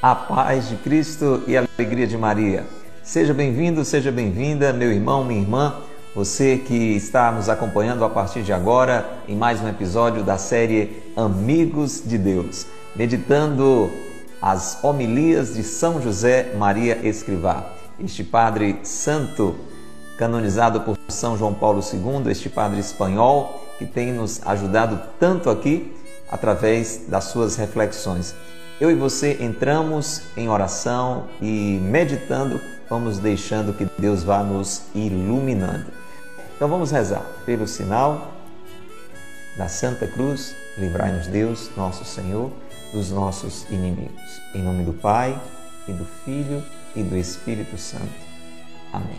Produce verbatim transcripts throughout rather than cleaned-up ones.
A paz de Cristo e a alegria de Maria. Seja bem-vindo, seja bem-vinda, meu irmão, minha irmã, você que está nos acompanhando a partir de agora em mais um episódio da série Amigos de Deus, meditando as homilias de São José Maria Escrivá, este padre santo canonizado por São João Paulo segundo, este padre espanhol que tem nos ajudado tanto aqui através das suas reflexões. Eu e você entramos em oração e meditando, vamos deixando que Deus vá nos iluminando. Então vamos rezar pelo sinal da Santa Cruz, livrai-nos Deus, nosso Senhor, dos nossos inimigos. Em nome do Pai, e do Filho, e do Espírito Santo. Amém.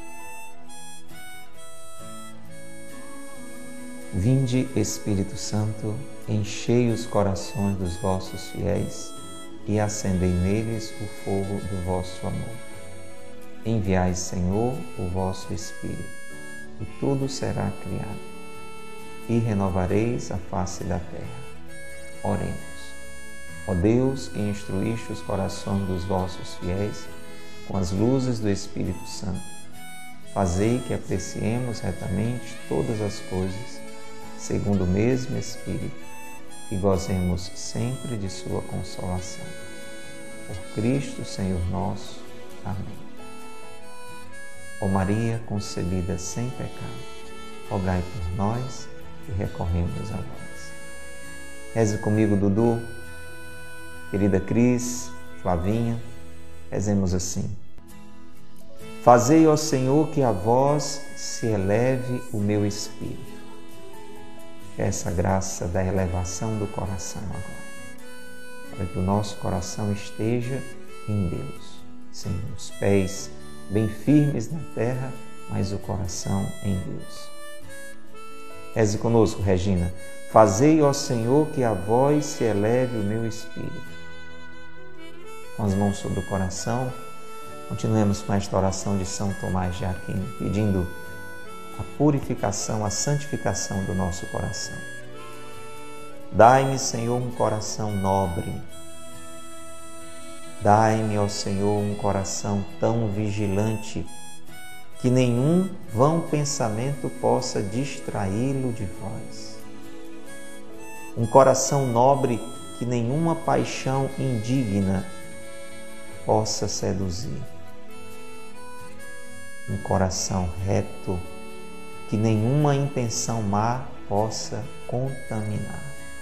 Vinde, Espírito Santo, enchei os corações dos vossos fiéis e acendei neles o fogo do vosso amor. Enviai, Senhor, o vosso Espírito, e tudo será criado, e renovareis a face da terra. Oremos. Ó Deus, que instruíste os corações dos vossos fiéis com as luzes do Espírito Santo, fazei que apreciemos retamente todas as coisas, segundo o mesmo Espírito, e gozemos sempre de sua consolação. Por Cristo, Senhor nosso. Amém. Ó Maria, concebida sem pecado, rogai por nós que recorremos a vós. Reze comigo, Dudu, querida Cris, Flavinha, rezemos assim. Fazei, ó Senhor, que a vós se eleve o meu espírito. Essa graça da elevação do coração agora, para que o nosso coração esteja em Deus, sem os pés bem firmes na terra, mas o coração em Deus. Reze conosco, Regina. Fazei, ó Senhor, que a vós se eleve o meu espírito. Com as mãos sobre o coração, continuemos com esta oração de São Tomás de Aquino, pedindo a purificação, a santificação do nosso coração. Dai-me, Senhor, um coração nobre. Dai-me, ó Senhor, um coração tão vigilante que nenhum vão pensamento possa distraí-lo de vós. Um coração nobre que nenhuma paixão indigna possa seduzir. Um coração reto que nenhuma intenção má possa contaminar.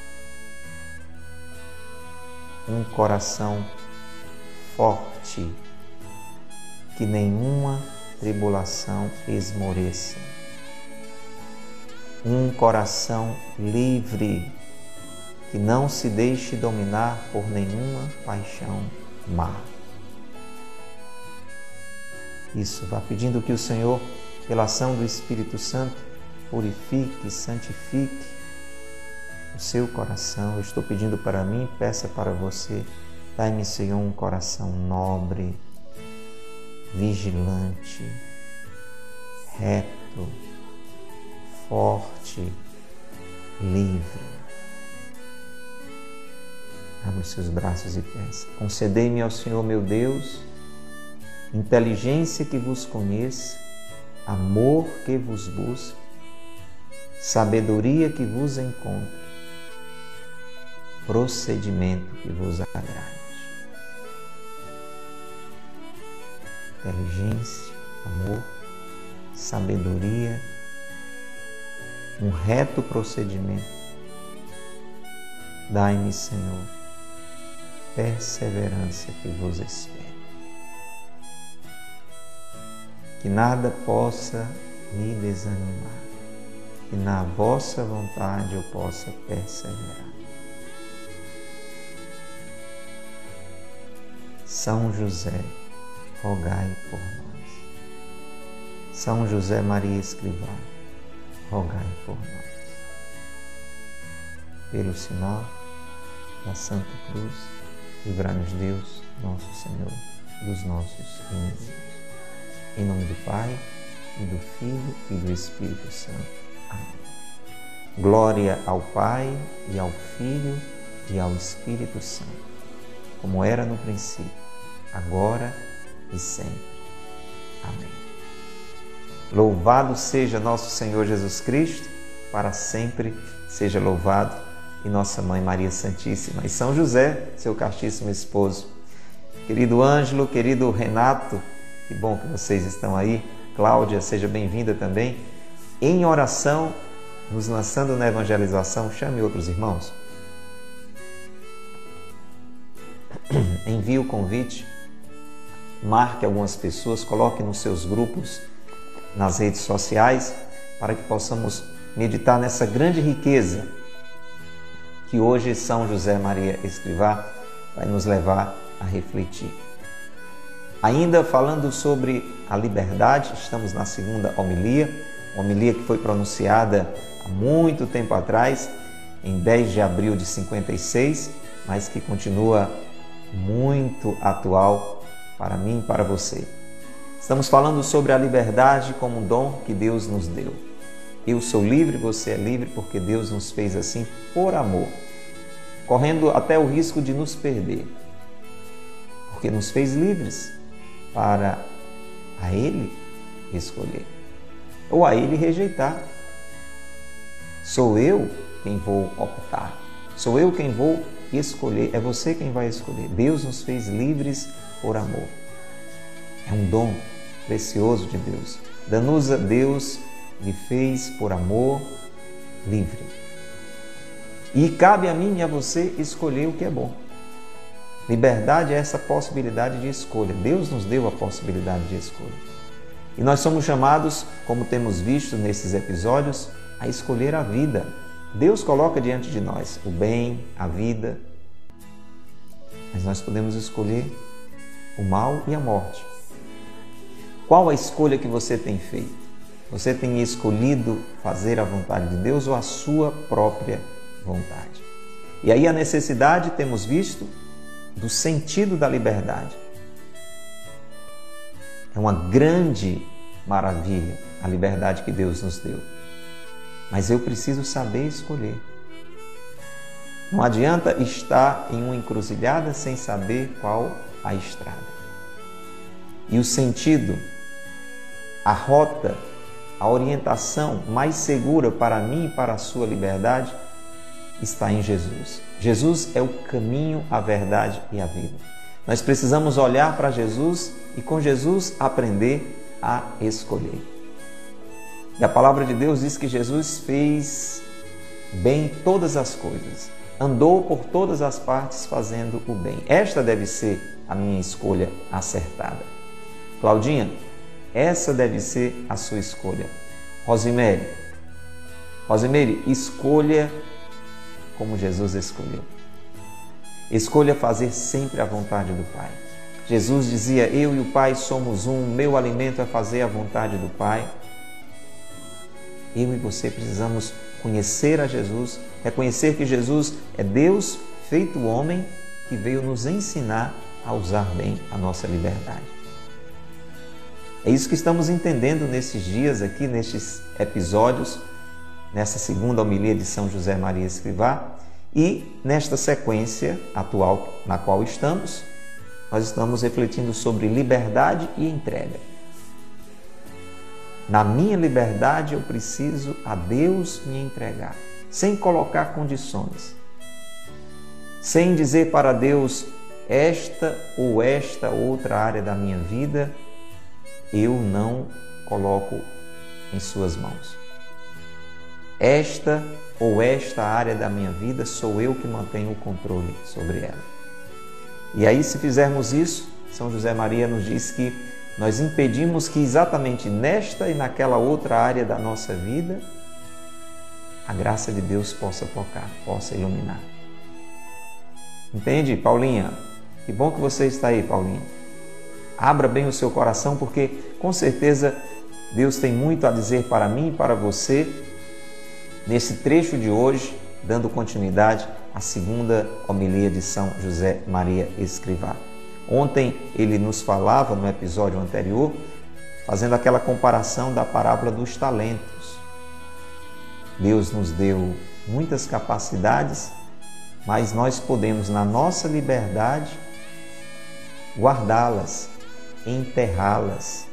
Um coração forte, que nenhuma tribulação esmoreça. Um coração livre, que não se deixe dominar por nenhuma paixão má. Isso, vá pedindo que o Senhor, pela ação do Espírito Santo, purifique, santifique o seu coração. Eu estou pedindo para mim, peça para você. Dai-me, Senhor, um coração nobre, vigilante, reto, forte, livre. Abra os seus braços e peça. Concedei-me ao Senhor, meu Deus, inteligência que vos conheça, amor que vos busque, sabedoria que vos encontre, procedimento que vos agrade. Inteligência, amor, sabedoria, um reto procedimento. Dai-me, Senhor, perseverança que vos espere. Que nada possa me desanimar, que na vossa vontade eu possa perseverar. São José, rogai por nós. São José Maria Escrivá, rogai por nós. Pelo sinal da Santa Cruz, livrai-nos Deus, nosso Senhor, dos nossos inimigos. Em nome do Pai, e do Filho, e do Espírito Santo. Amém. Glória ao Pai, e ao Filho, e ao Espírito Santo, como era no princípio, agora e sempre. Amém. Louvado seja nosso Senhor Jesus Cristo, para sempre seja louvado, e nossa Mãe Maria Santíssima, e São José, seu castíssimo esposo. Querido Ângelo, querido Renato, que bom que vocês estão aí. Cláudia, seja bem-vinda também. Em oração, nos lançando na evangelização, chame outros irmãos. Envie o convite, marque algumas pessoas, coloque nos seus grupos, nas redes sociais, para que possamos meditar nessa grande riqueza que hoje São José Maria Escrivá vai nos levar a refletir. Ainda falando sobre a liberdade, estamos na segunda homilia, uma homilia que foi pronunciada há muito tempo atrás, em dez de abril de cinquenta e seis, mas que continua muito atual para mim e para você. Estamos falando sobre a liberdade como um dom que Deus nos deu. Eu sou livre, você é livre, porque Deus nos fez assim por amor, correndo até o risco de nos perder, porque nos fez livres para a Ele escolher ou a Ele rejeitar. Sou eu quem vou optar, sou eu quem vou escolher, é você quem vai escolher. Deus nos fez livres por amor. É um dom precioso de Deus. Danusa, Deus me fez por amor livre. E cabe a mim e a você escolher o que é bom. Liberdade é essa possibilidade de escolha. Deus nos deu a possibilidade de escolha. E nós somos chamados, como temos visto nesses episódios, a escolher a vida. Deus coloca diante de nós o bem, a vida, mas nós podemos escolher o mal e a morte. Qual a escolha que você tem feito? Você tem escolhido fazer a vontade de Deus ou a sua própria vontade? E aí a necessidade, temos visto, do sentido da liberdade. É uma grande maravilha a liberdade que Deus nos deu. Mas eu preciso saber escolher. Não adianta estar em uma encruzilhada sem saber qual a estrada. E o sentido, a rota, a orientação mais segura para mim e para a sua liberdade está em Jesus. Jesus é o caminho, a verdade e a vida. Nós precisamos olhar para Jesus e com Jesus aprender a escolher. E a palavra de Deus diz que Jesus fez bem todas as coisas, andou por todas as partes fazendo o bem. Esta deve ser a minha escolha acertada. Claudinha, essa deve ser a sua escolha. Rosemary, Rosemary, escolha como Jesus escolheu. Escolha fazer sempre a vontade do Pai. Jesus dizia, eu e o Pai somos um, meu alimento é fazer a vontade do Pai. Eu e você precisamos conhecer a Jesus, reconhecer que Jesus é Deus feito homem que veio nos ensinar a usar bem a nossa liberdade. É isso que estamos entendendo nesses dias aqui, nestes episódios, nessa segunda homilia de São José Maria Escrivá e nesta sequência atual na qual estamos, nós estamos refletindo sobre liberdade e entrega. Na minha liberdade eu preciso a Deus me entregar, sem colocar condições, sem dizer para Deus esta ou esta outra área da minha vida eu não coloco em suas mãos. Esta ou esta área da minha vida sou eu que mantenho o controle sobre ela. E aí, se fizermos isso, São José Maria nos diz que nós impedimos que exatamente nesta e naquela outra área da nossa vida a graça de Deus possa tocar, possa iluminar. Entende, Paulinha? Que bom que você está aí, Paulinha. Abra bem o seu coração, porque com certeza Deus tem muito a dizer para mim e para você nesse trecho de hoje, dando continuidade à segunda homilia de São José Maria Escrivá. Ontem ele nos falava, no episódio anterior, fazendo aquela comparação da parábola dos talentos. Deus nos deu muitas capacidades, mas nós podemos, na nossa liberdade, guardá-las, enterrá-las,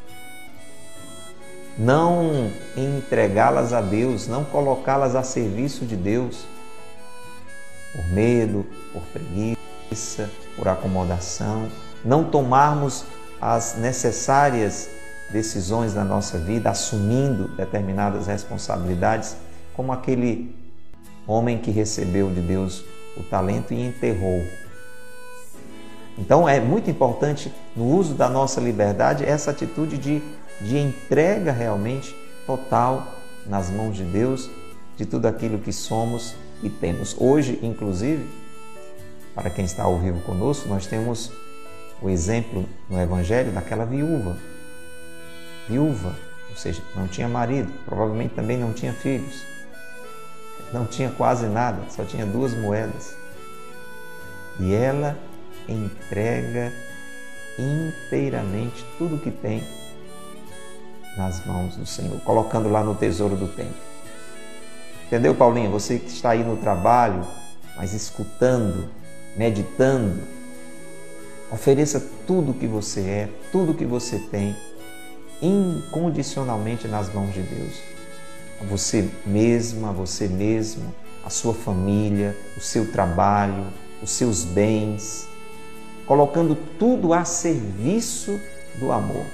não entregá-las a Deus, não colocá-las a serviço de Deus, por medo, por preguiça, por acomodação, não tomarmos as necessárias decisões na nossa vida, assumindo determinadas responsabilidades, como aquele homem que recebeu de Deus o talento e enterrou. Então é muito importante no uso da nossa liberdade essa atitude de, de entrega realmente total nas mãos de Deus de tudo aquilo que somos e temos. Hoje, inclusive, para quem está ao vivo conosco, nós temos o exemplo no Evangelho daquela viúva. Viúva, ou seja, não tinha marido, provavelmente também não tinha filhos, não tinha quase nada, só tinha duas moedas. E ela entrega inteiramente tudo que tem nas mãos do Senhor, colocando lá no tesouro do templo. Entendeu, Paulinho? Você que está aí no trabalho, mas escutando, meditando, ofereça tudo o que você é, tudo o que você tem, incondicionalmente nas mãos de Deus. A você mesma, a você mesmo, a sua família, o seu trabalho, os seus bens, colocando tudo a serviço do amor.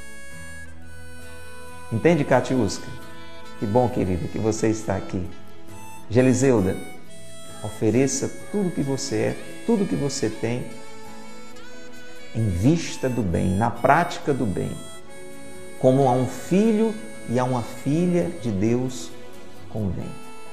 Entende, Catiusca? Que bom, querida, que você está aqui. Geliseuda, ofereça tudo que você é, tudo que você tem, em vista do bem, na prática do bem, como a um filho e a uma filha de Deus convém.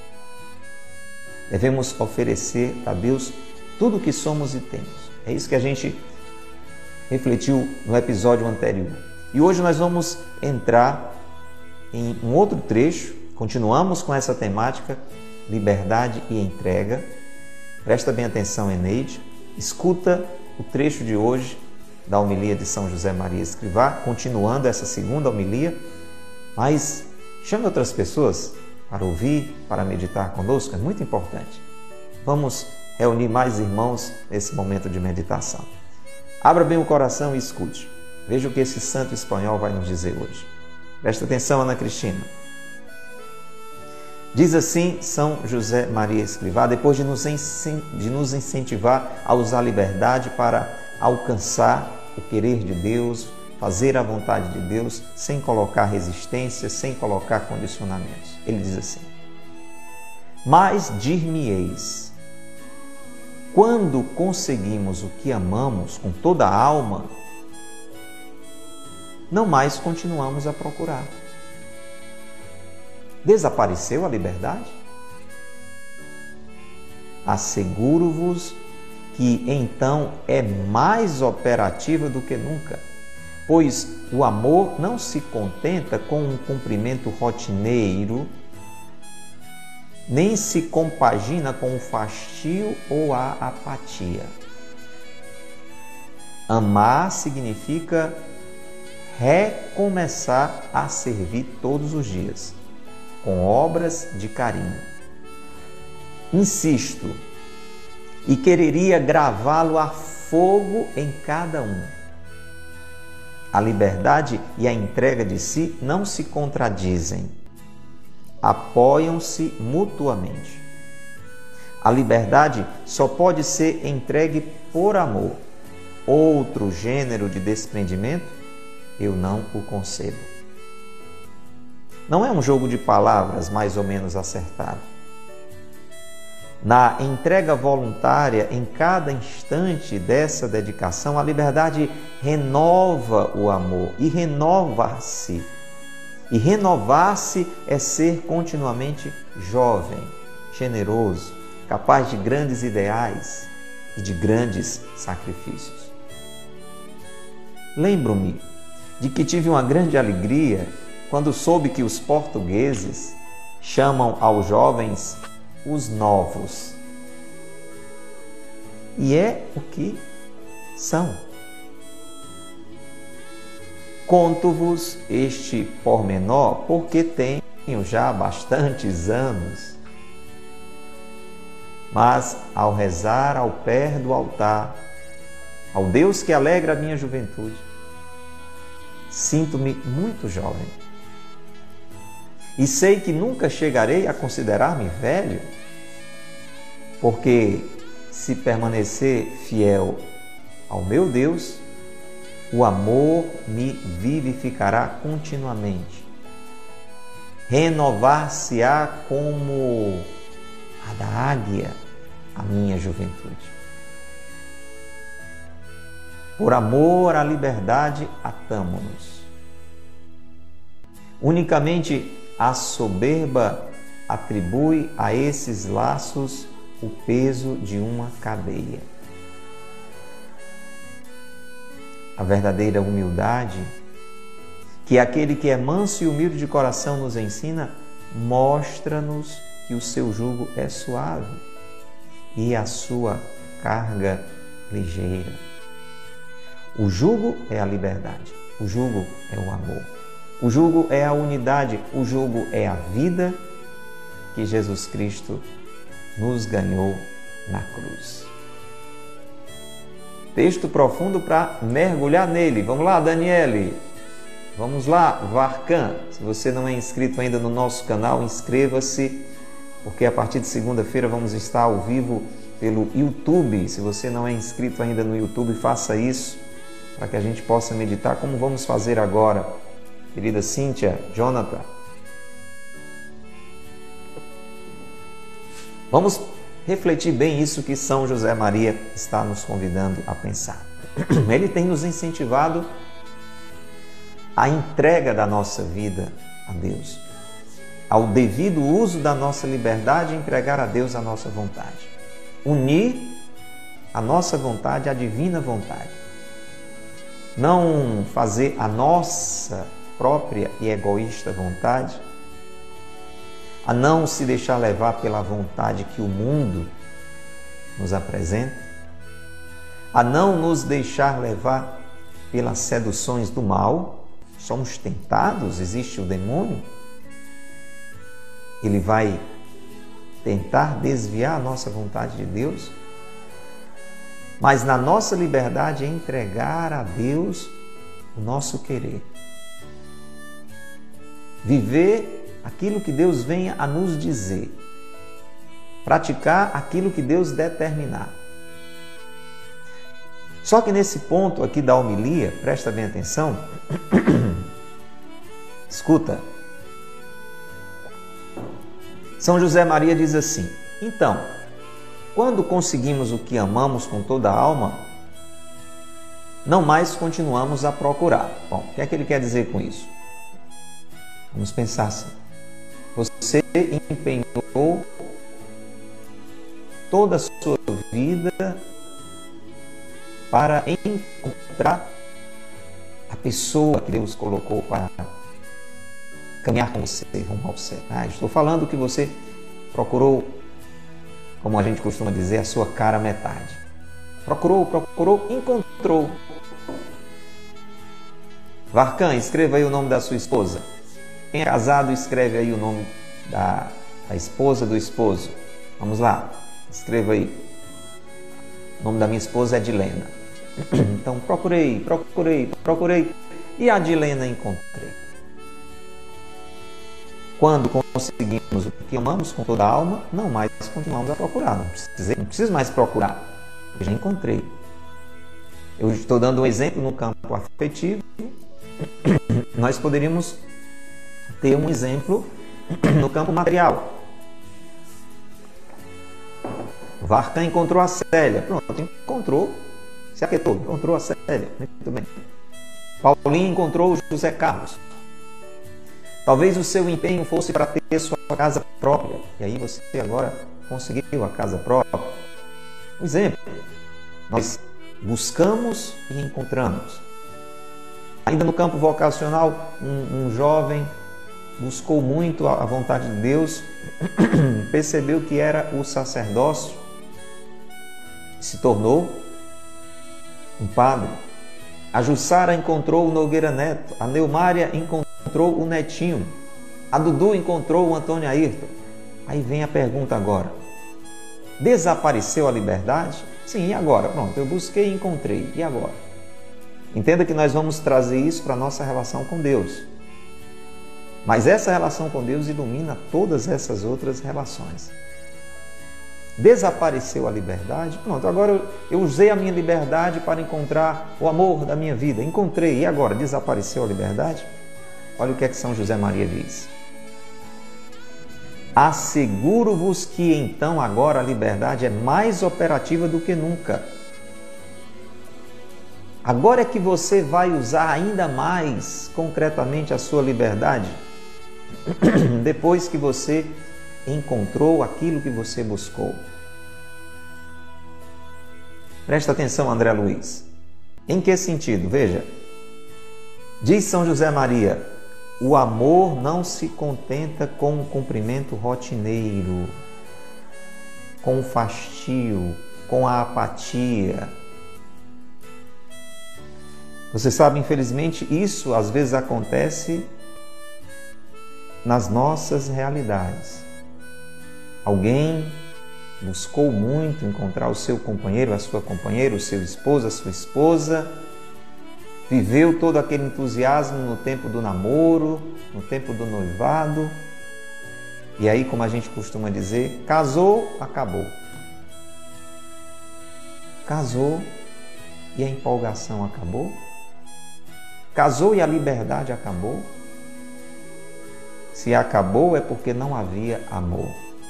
Devemos oferecer a Deus tudo o que somos e temos. É isso que a gente refletiu no episódio anterior. E hoje nós vamos entrar em um outro trecho, continuamos com essa temática, liberdade e entrega. Presta bem atenção, Eneide, escuta o trecho de hoje da homilia de São José Maria Escrivá, continuando essa segunda homilia, mas chame outras pessoas para ouvir, para meditar conosco, é muito importante. Vamos reunir mais irmãos nesse momento de meditação. Abra bem o coração e escute. Veja o que esse santo espanhol vai nos dizer hoje. Presta atenção, Ana Cristina. Diz assim São José Maria Escrivá, depois de nos, de nos incentivar a usar a liberdade para alcançar o querer de Deus, fazer a vontade de Deus, sem colocar resistência, sem colocar condicionamentos. Ele diz assim: mas dir-me-eis, quando conseguimos o que amamos com toda a alma, não mais continuamos a procurar. Desapareceu a liberdade? Asseguro-vos que então é mais operativa do que nunca, pois o amor não se contenta com um cumprimento rotineiro, nem se compagina com o fastio ou a apatia. Amar significa recomeçar a servir todos os dias, com obras de carinho. Insisto, e quereria gravá-lo a fogo em cada um. A liberdade e a entrega de si não se contradizem, apoiam-se mutuamente. A liberdade só pode ser entregue por amor. Outro gênero de desprendimento, eu não o concebo. Não é um jogo de palavras mais ou menos acertado. Na entrega voluntária, em cada instante dessa dedicação, a liberdade renova o amor e renova-se. E renovar-se é ser continuamente jovem, generoso, capaz de grandes ideais e de grandes sacrifícios. Lembro-me de que tive uma grande alegria quando soube que os portugueses chamam aos jovens os novos. E é o que são. Conto-vos este pormenor porque tenho já bastantes anos. Mas ao rezar ao pé do altar, ao Deus que alegra a minha juventude, sinto-me muito jovem. E sei que nunca chegarei a considerar-me velho, porque se permanecer fiel ao meu Deus, o amor me vivificará continuamente. Renovar-se-á como a da águia a minha juventude. Por amor à liberdade, atamo-nos. Unicamente a soberba atribui a esses laços o peso de uma cadeia. A verdadeira humildade, que aquele que é manso e humilde de coração nos ensina, mostra-nos que o seu jugo é suave e a sua carga ligeira. O jugo é a liberdade, o jugo é o amor, o jugo é a unidade, o jugo é a vida que Jesus Cristo nos ganhou na cruz. Texto profundo para mergulhar nele. Vamos lá, Daniele. Vamos lá, Varcan. Se você não é inscrito ainda no nosso canal, inscreva-se, porque a partir de segunda-feira vamos estar ao vivo pelo YouTube. Se você não é inscrito ainda no YouTube, faça isso, para que a gente possa meditar como vamos fazer agora. Querida Cíntia, Jonathan. Vamos refletir bem isso que São José Maria está nos convidando a pensar. Ele tem nos incentivado a entrega da nossa vida a Deus, ao devido uso da nossa liberdade e entregar a Deus a nossa vontade. Unir a nossa vontade à divina vontade. Não fazer a nossa própria e egoísta vontade, a não se deixar levar pela vontade que o mundo nos apresenta, a não nos deixar levar pelas seduções do mal. Somos tentados, existe o demônio, ele vai tentar desviar a nossa vontade de Deus, mas na nossa liberdade é entregar a Deus o nosso querer. Viver aquilo que Deus venha a nos dizer. Praticar aquilo que Deus determinar. Só que nesse ponto aqui da homilia, presta bem atenção, escuta. São José Maria diz assim: então, quando conseguimos o que amamos com toda a alma, não mais continuamos a procurar. Bom, o que é que ele quer dizer com isso? Vamos pensar assim. Você empenhou toda a sua vida para encontrar a pessoa que Deus colocou para caminhar com você rumo ao céu. Ah, estou falando que você procurou, como a gente costuma dizer, a sua cara metade. Procurou, procurou, encontrou. Varcan, escreva aí o nome da sua esposa. Quem é casado, escreve aí o nome da, da esposa do esposo. Vamos lá, escreva aí. O nome da minha esposa é Dilena. Então, procurei, procurei, procurei e a Dilena encontrei. Quando conseguimos o que amamos com toda a alma, não mais continuamos a procurar. Não preciso, não preciso mais procurar, porque já encontrei. Eu estou dando um exemplo no campo afetivo. Nós poderíamos ter um exemplo no campo material. Varcan encontrou a Célia. Pronto, encontrou, se aquietou, encontrou a Célia. Muito bem. Paulinho encontrou o José Carlos. Talvez o seu empenho fosse para ter sua casa própria. E aí você agora conseguiu a casa própria. Um exemplo. Nós buscamos e encontramos. Ainda no campo vocacional, um, um jovem buscou muito a vontade de Deus, percebeu que era o sacerdócio, se tornou um padre. A Jussara encontrou o Nogueira Neto, a Neumária encontrou o Netinho, a Dudu encontrou o Antônio Ayrton. Aí vem a pergunta agora: desapareceu a liberdade? Sim, e agora? Pronto, eu busquei e encontrei. E agora? Entenda que nós vamos trazer isso para a nossa relação com Deus. Mas essa relação com Deus ilumina todas essas outras relações. Desapareceu a liberdade, pronto, agora eu, eu usei a minha liberdade para encontrar o amor da minha vida. Encontrei, e agora? Desapareceu a liberdade? Olha o que é que São José Maria diz. Asseguro-vos que então agora a liberdade é mais operativa do que nunca. Agora é que você vai usar ainda mais concretamente a sua liberdade, depois que você encontrou aquilo que você buscou. Presta atenção, André Luiz. Em que sentido? Veja, diz São José Maria, o amor não se contenta com o cumprimento rotineiro, com o fastio, com a apatia. Você sabe, infelizmente, isso às vezes acontece nas nossas realidades. Alguém buscou muito encontrar o seu companheiro, a sua companheira, o seu esposo, a sua esposa, viveu todo aquele entusiasmo no tempo do namoro, no tempo do noivado, e aí, como a gente costuma dizer, casou, acabou. Casou e a empolgação acabou. Casou e a liberdade acabou. Se acabou é porque não havia amor.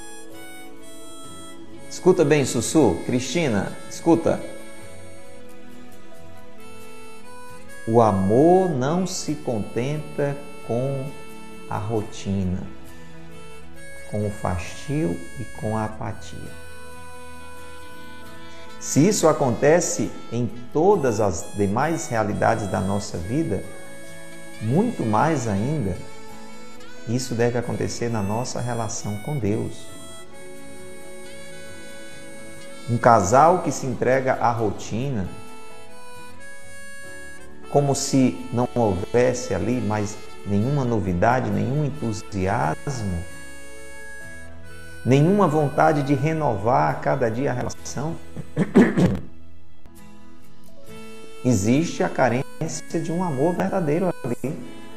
Escuta bem, Sussu, Cristina, escuta. O amor não se contenta com a rotina, com o fastio e com a apatia. Se isso acontece em todas as demais realidades da nossa vida, muito mais ainda, isso deve acontecer na nossa relação com Deus. Um casal que se entrega à rotina, como se não houvesse ali mais nenhuma novidade, nenhum entusiasmo, nenhuma vontade de renovar a cada dia a relação, existe a carência de um amor verdadeiro ali.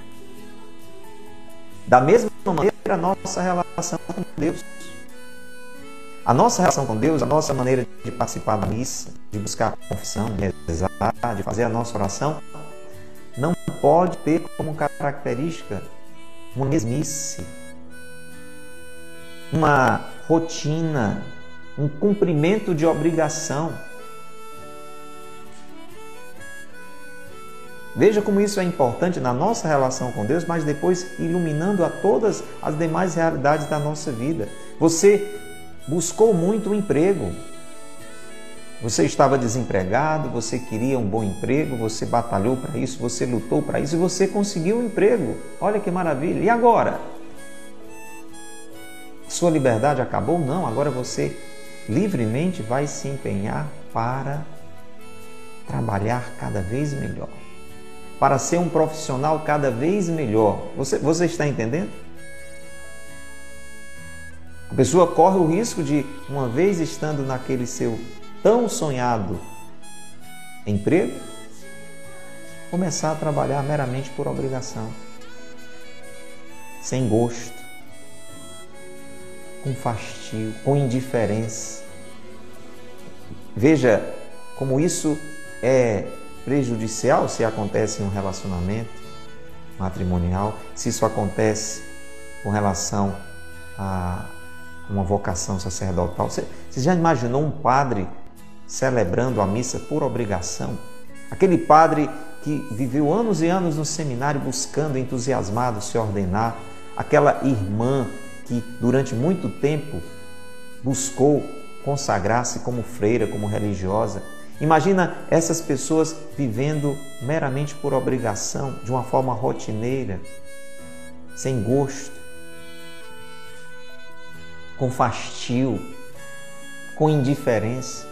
Da mesma maneira, a nossa relação com Deus. A nossa relação com Deus, a nossa maneira de participar da missa, de buscar a confissão, de rezar, de fazer a nossa oração, não pode ter como característica uma mesmice, uma rotina, um cumprimento de obrigação. Veja como isso é importante na nossa relação com Deus, mas depois iluminando a todas as demais realidades da nossa vida. Você buscou muito um emprego. Você estava desempregado, você queria um bom emprego, você batalhou para isso, você lutou para isso e você conseguiu um emprego. Olha que maravilha! E agora? Sua liberdade acabou? Não, agora você livremente vai se empenhar para trabalhar cada vez melhor, para ser um profissional cada vez melhor. Você, você está entendendo? A pessoa corre o risco de, uma vez estando naquele seu tão sonhado emprego, começar a trabalhar meramente por obrigação, sem gosto, com fastio, com indiferença. Veja como isso é prejudicial se acontece em um relacionamento matrimonial, se isso acontece com relação a uma vocação sacerdotal. Você, você já imaginou um padre celebrando a missa por obrigação? Aquele padre que viveu anos e anos no seminário buscando, entusiasmado, se ordenar. Aquela irmã que durante muito tempo buscou consagrar-se como freira, como religiosa. Imagina essas pessoas vivendo meramente por obrigação, de uma forma rotineira, sem gosto, com fastio, com indiferença.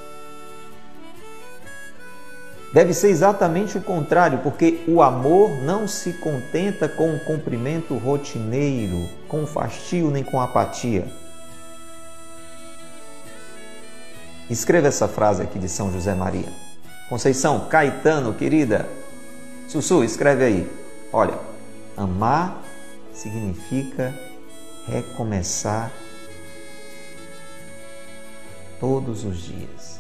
Deve ser exatamente o contrário, porque o amor não se contenta com o cumprimento rotineiro, com fastio nem com apatia. Escreva essa frase aqui de São José Maria. Conceição, Caetano, querida. Sussu, escreve aí. Olha, amar significa recomeçar todos os dias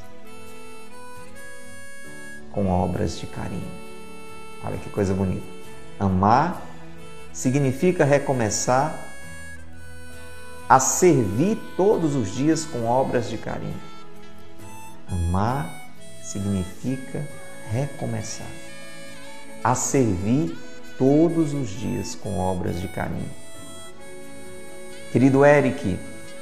com obras de carinho. Olha que coisa bonita. Amar significa recomeçar a servir todos os dias com obras de carinho. Amar significa recomeçar a servir todos os dias com obras de carinho. Querido Eric,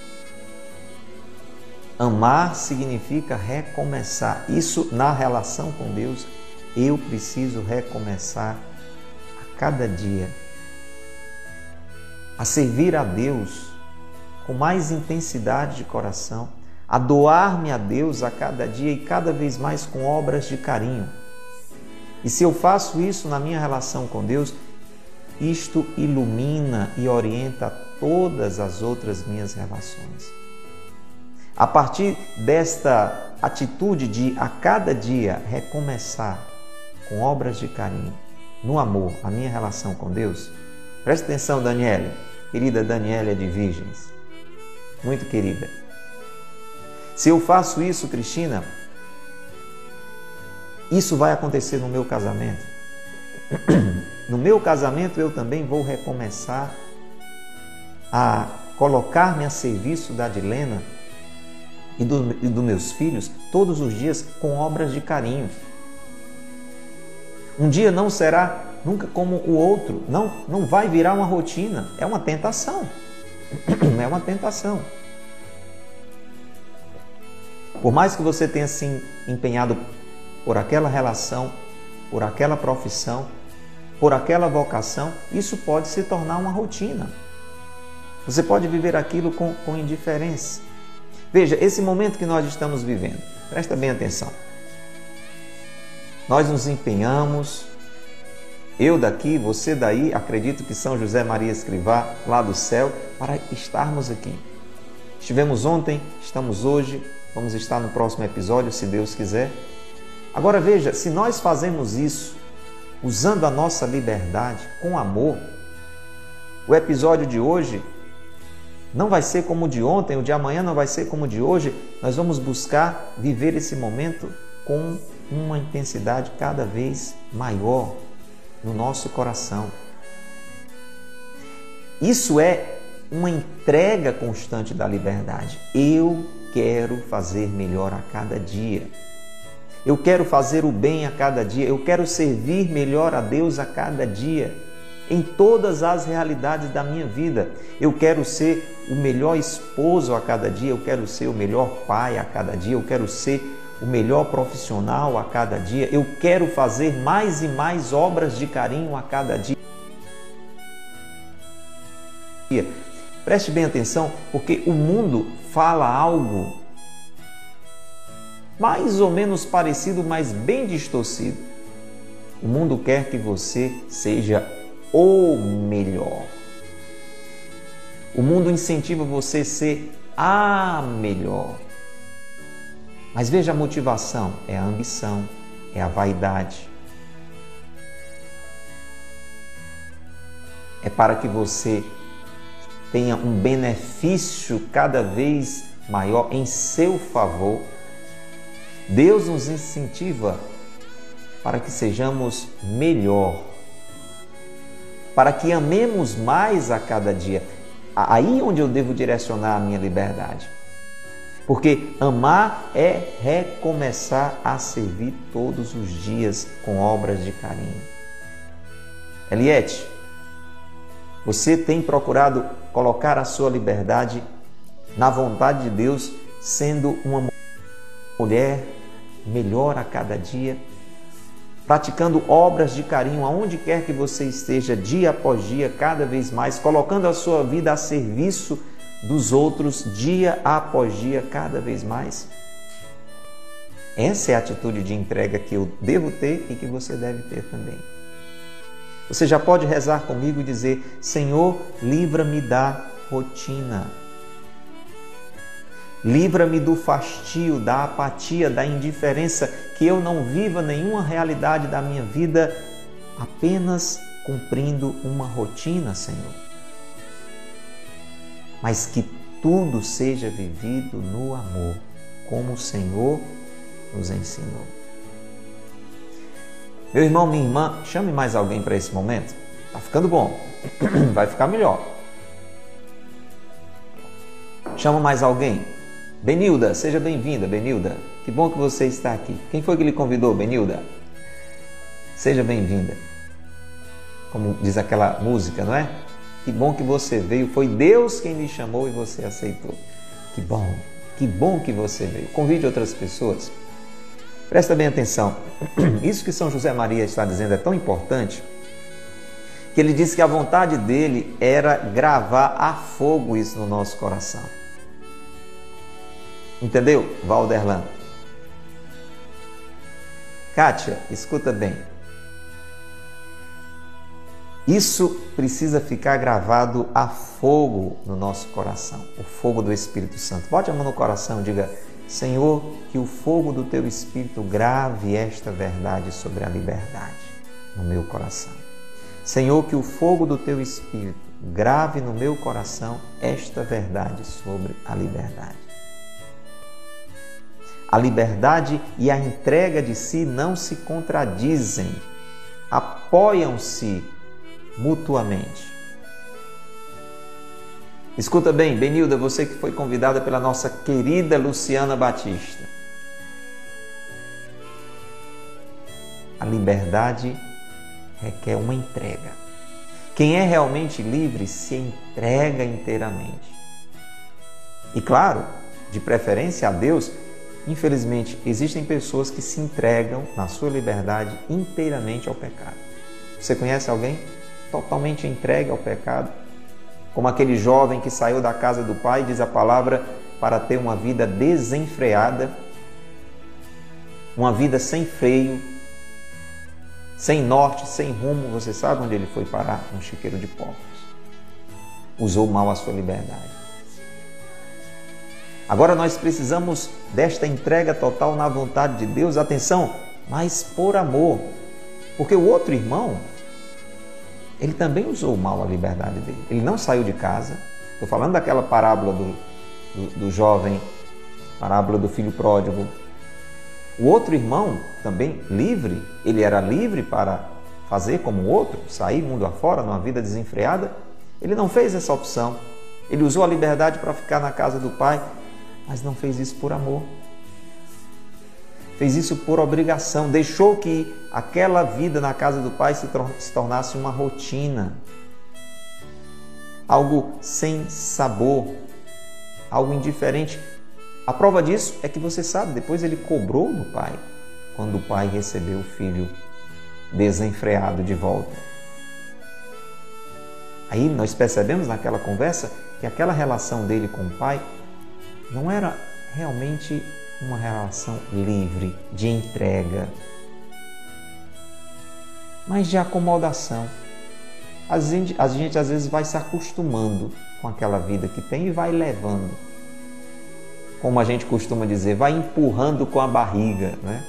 amar significa recomeçar. Isso na relação com Deus, eu preciso recomeçar a cada dia a servir a Deus com mais intensidade de coração, a doar-me a Deus a cada dia e cada vez mais com obras de carinho. E se eu faço isso na minha relação com Deus, isto ilumina e orienta todas as outras minhas relações. A partir desta atitude de a cada dia recomeçar com obras de carinho, no amor, a minha relação com Deus, preste atenção, Daniele, querida Daniela de Virgens, muito querida. Se eu faço isso, Cristina, isso vai acontecer no meu casamento. No meu casamento eu também vou recomeçar a colocar-me a serviço da Adilena e, do, e dos meus filhos todos os dias com obras de carinho. Um dia não será nunca como o outro, não, não vai virar uma rotina, é uma tentação. É uma tentação. Por mais que você tenha se empenhado por aquela relação, por aquela profissão, por aquela vocação, isso pode se tornar uma rotina. Você pode viver aquilo com, com indiferença. Veja, esse momento que nós estamos vivendo, presta bem atenção. Nós nos empenhamos, eu daqui, você daí, acredito que São José Maria Escrivá, lá do céu, para estarmos aqui. Estivemos ontem, estamos hoje, vamos estar no próximo episódio, se Deus quiser. Agora veja, se nós fazemos isso, usando a nossa liberdade, com amor, o episódio de hoje não vai ser como o de ontem, o de amanhã não vai ser como o de hoje, nós vamos buscar viver esse momento com uma intensidade cada vez maior no nosso coração. Isso é uma entrega constante da liberdade. Eu quero fazer melhor a cada dia. Eu quero fazer o bem a cada dia. Eu quero servir melhor a Deus a cada dia. Em todas as realidades da minha vida. Eu quero ser o melhor esposo a cada dia. Eu quero ser o melhor pai a cada dia. Eu quero ser o melhor profissional a cada dia. Eu quero fazer mais e mais obras de carinho a cada dia. Preste bem atenção, porque o mundo fala algo mais ou menos parecido, mas bem distorcido. O mundo quer que você seja o melhor. O mundo incentiva você a ser a melhor. Mas veja a motivação, é a ambição, é a vaidade. É para que você tenha um benefício cada vez maior em seu favor. Deus nos incentiva para que sejamos melhor, para que amemos mais a cada dia. Aí onde eu devo direcionar a minha liberdade. Porque amar é recomeçar a servir todos os dias com obras de carinho. Eliette, você tem procurado colocar a sua liberdade na vontade de Deus, sendo uma mulher melhor a cada dia, praticando obras de carinho aonde quer que você esteja, dia após dia, cada vez mais, colocando a sua vida a serviço dos outros, dia após dia, cada vez mais. Essa é a atitude de entrega que eu devo ter e que você deve ter também. Você já pode rezar comigo e dizer: Senhor, livra-me da rotina. Livra-me do fastio, da apatia, da indiferença, que eu não viva nenhuma realidade da minha vida apenas cumprindo uma rotina, Senhor. Mas que tudo seja vivido no amor, como o Senhor nos ensinou. Meu irmão, minha irmã, chame mais alguém para esse momento. Tá ficando bom. Vai ficar melhor. Chama mais alguém. Benilda, seja bem-vinda, Benilda. Que bom que você está aqui. Quem foi que lhe convidou, Benilda? Seja bem-vinda. Como diz aquela música, não é? Que bom que você veio. Foi Deus quem lhe chamou e você aceitou. Que bom, que bom que você veio. Convide outras pessoas. Presta bem atenção. Isso que São José Maria está dizendo é tão importante que ele disse que a vontade dele era gravar a fogo isso no nosso coração. Entendeu, Valderlan? Kátia, escuta bem. Isso precisa ficar gravado a fogo no nosso coração, o fogo do Espírito Santo. Bote a mão no coração e diga: Senhor, que o fogo do Teu Espírito grave esta verdade sobre a liberdade no meu coração. Senhor, que o fogo do Teu Espírito grave no meu coração esta verdade sobre a liberdade. A liberdade e a entrega de si não se contradizem, apoiam-se mutuamente. Escuta bem, Benilda, você que foi convidada pela nossa querida Luciana Batista. A liberdade requer uma entrega. Quem é realmente livre se entrega inteiramente. E claro, de preferência a Deus. Infelizmente, existem pessoas que se entregam na sua liberdade inteiramente ao pecado. Você conhece alguém totalmente entregue ao pecado? Como aquele jovem que saiu da casa do pai, diz a palavra, para ter uma vida desenfreada, uma vida sem freio, sem norte, sem rumo. Você sabe onde ele foi parar? Um chiqueiro de porcos. Usou mal a sua liberdade. Agora nós precisamos desta entrega total na vontade de Deus, atenção, mas por amor. Porque o outro irmão, ele também usou mal a liberdade dele. Ele não saiu de casa. Estou falando daquela parábola do, do, do jovem, parábola do filho pródigo. O outro irmão, também livre, ele era livre para fazer como o outro, sair mundo afora, numa vida desenfreada. Ele não fez essa opção. Ele usou a liberdade para ficar na casa do pai, mas não fez isso por amor. Fez isso por obrigação. Deixou que aquela vida na casa do pai se, se tornasse uma rotina. Algo sem sabor. Algo indiferente. A prova disso é que você sabe, depois ele cobrou do pai, quando o pai recebeu o filho desenfreado de volta. Aí nós percebemos naquela conversa que aquela relação dele com o pai não era realmente uma relação livre, de entrega, mas de acomodação. A gente, a gente às vezes vai se acostumando com aquela vida que tem e vai levando. Como a gente costuma dizer, vai empurrando com a barriga, né?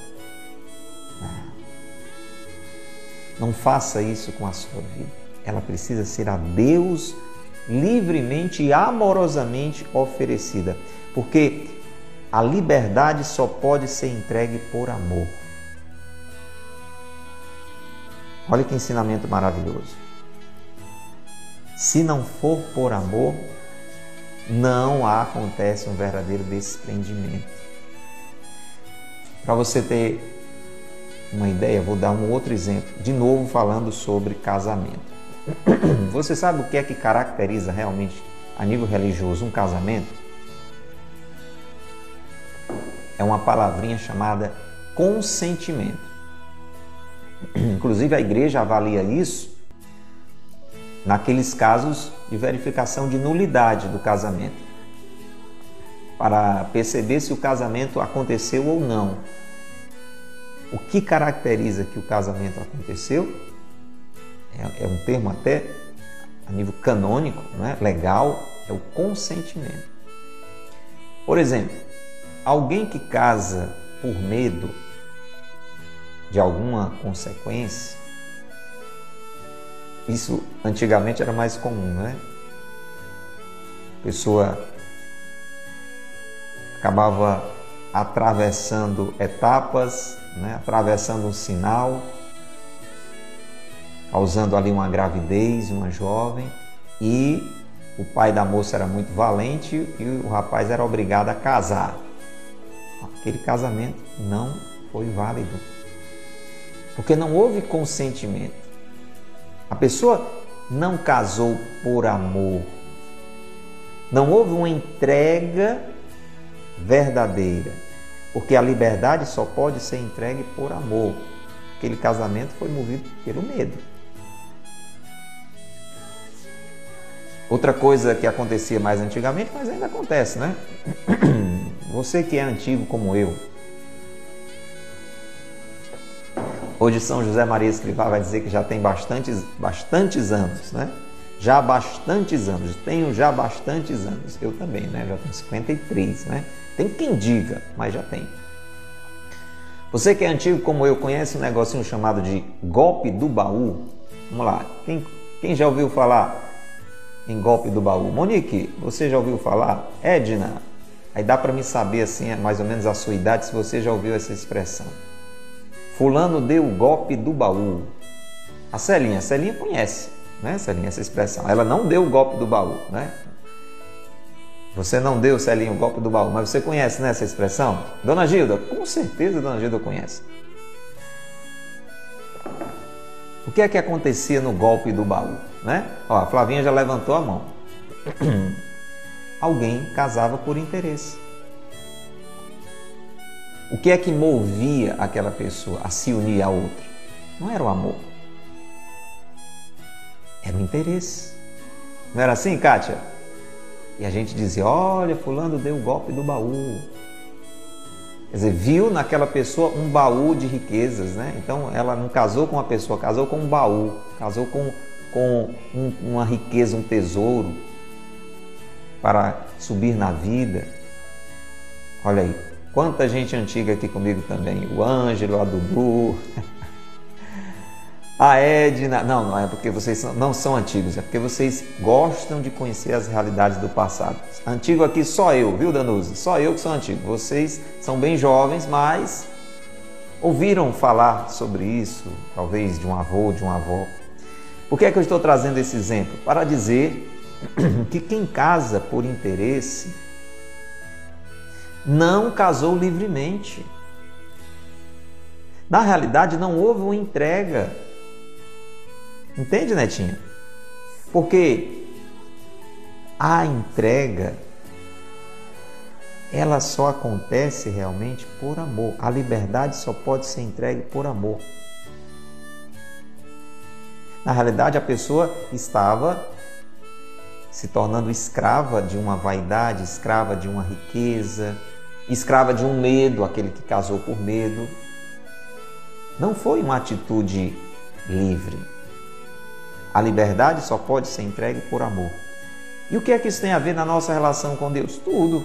Não faça isso com a sua vida. Ela precisa ser a Deus livremente e amorosamente oferecida. Porque a liberdade só pode ser entregue por amor. Olha que ensinamento maravilhoso. Se não for por amor, não acontece um verdadeiro desprendimento. Para você ter uma ideia, vou dar um outro exemplo, de novo falando sobre casamento. Você sabe o que é que caracteriza realmente, a nível religioso, um casamento? É uma palavrinha chamada consentimento. Inclusive a igreja avalia isso naqueles casos de verificação de nulidade do casamento, para perceber se o casamento aconteceu ou não. O que caracteriza que o casamento aconteceu é, é um termo até a nível canônico, não é? Legal, é o consentimento. Por exemplo, alguém que casa por medo de alguma consequência, isso antigamente era mais comum, né? A pessoa acabava atravessando etapas, né? Atravessando um sinal, causando ali uma gravidez, uma jovem, e o pai da moça era muito valente e o rapaz era obrigado a casar. Aquele casamento não foi válido, porque não houve consentimento. A pessoa não casou por amor. Não houve uma entrega verdadeira, porque a liberdade só pode ser entregue por amor. Aquele casamento foi movido pelo medo. Outra coisa que acontecia mais antigamente, mas ainda acontece, né? Você que é antigo como eu, hoje São José Maria Escrivá vai dizer que já tem bastantes, bastantes anos, né? Já há bastantes anos, tenho já bastantes anos. Eu também, né? Já tenho cinquenta e três, né? Tem quem diga, mas já tem. Você que é antigo como eu, conhece um negocinho chamado de golpe do baú? Vamos lá, quem, quem já ouviu falar em golpe do baú? Monique, você já ouviu falar? Edna, aí dá para me saber assim, mais ou menos a sua idade, se você já ouviu essa expressão. Fulano deu o golpe do baú. A Celinha, a Celinha conhece, né, Celinha, essa expressão. Ela não deu o golpe do baú, né? Você não deu, Celinha, o golpe do baú, mas você conhece, né, essa expressão? Dona Gilda, com certeza Dona Gilda conhece. O que é que acontecia no golpe do baú, né? Ó, a Flavinha já levantou a mão. Alguém casava por interesse. O que é que movia aquela pessoa a se unir a outra? Não era o amor. Era o interesse. Não era assim, Kátia? E a gente dizia, olha, fulano deu o golpe do baú. Quer dizer, viu naquela pessoa um baú de riquezas, né? Então, ela não casou com uma pessoa, casou com um baú. Casou com, com um, uma riqueza, um tesouro para subir na vida. Olha aí. Quanta gente antiga aqui comigo também. O Ângelo, a Dudu, a Edna. Não, não é porque vocês não são antigos, é porque vocês gostam de conhecer as realidades do passado. Antigo aqui só eu, viu, Danusa? Só eu que sou antigo. Vocês são bem jovens, mas ouviram falar sobre isso, talvez de um avô, de uma avó. Por que é que eu estou trazendo esse exemplo? Para dizer que quem casa por interesse não casou livremente. Na realidade, não houve uma entrega. Entende, Netinha? Porque a entrega, ela só acontece realmente por amor. A liberdade só pode ser entregue por amor. Na realidade, a pessoa estava se tornando escrava de uma vaidade, escrava de uma riqueza, escrava de um medo, aquele que casou por medo. Não foi uma atitude livre. A liberdade só pode ser entregue por amor. E o que é que isso tem a ver na nossa relação com Deus? Tudo.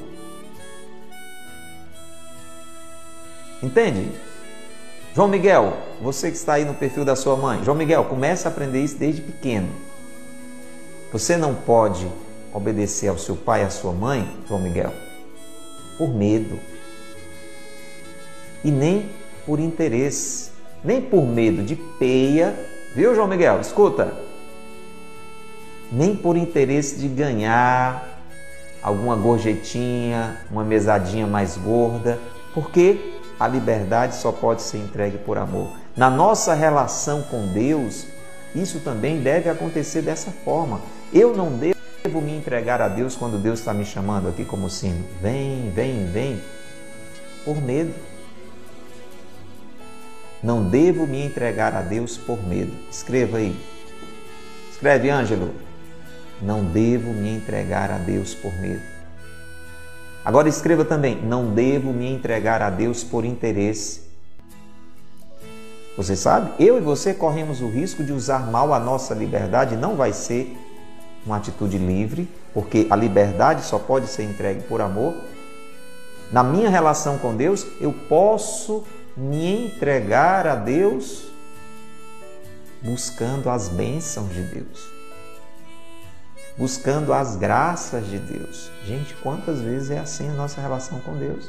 Entende? João Miguel, você que está aí no perfil da sua mãe, João Miguel, comece a aprender isso desde pequeno. Você não pode obedecer ao seu pai e à sua mãe, João Miguel, por medo. E nem por interesse. Nem por medo de peia. Viu, João Miguel? Escuta. Nem por interesse de ganhar alguma gorjetinha, uma mesadinha mais gorda. Porque a liberdade só pode ser entregue por amor. Na nossa relação com Deus, isso também deve acontecer dessa forma. Eu não devo me entregar a Deus quando Deus está me chamando aqui como sino. Vem, vem, vem. Por medo. Não devo me entregar a Deus por medo. Escreva aí. Escreve, Ângelo. Não devo me entregar a Deus por medo. Agora escreva também. Não devo me entregar a Deus por interesse. Você sabe? Eu e você corremos o risco de usar mal a nossa liberdade. Não vai ser uma atitude livre, porque a liberdade só pode ser entregue por amor. Na minha relação com Deus, eu posso me entregar a Deus buscando as bênçãos de Deus, buscando as graças de Deus. Gente, quantas vezes é assim a nossa relação com Deus?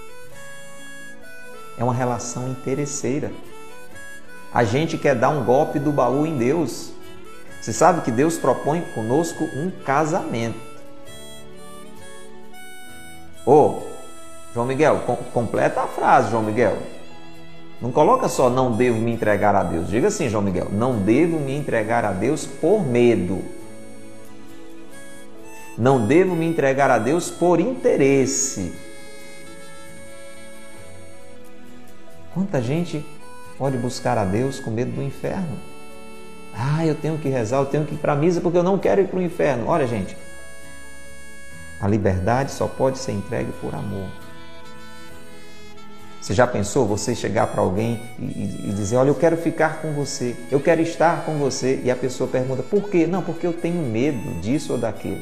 É uma relação interesseira. A gente quer dar um golpe do baú em Deus. Você sabe que Deus propõe conosco um casamento. Ô, João Miguel, com, completa a frase, João Miguel. Não coloca só não devo me entregar a Deus. Diga assim, João Miguel, não devo me entregar a Deus por medo. Não devo me entregar a Deus por interesse. Quanta gente pode buscar a Deus com medo do inferno? Ah, eu tenho que rezar, eu tenho que ir para a missa porque eu não quero ir para o inferno. Olha, gente, a liberdade só pode ser entregue por amor. Você já pensou você chegar para alguém e, e dizer, olha, eu quero ficar com você, eu quero estar com você, e a pessoa pergunta, por quê? Não, porque eu tenho medo disso ou daquilo.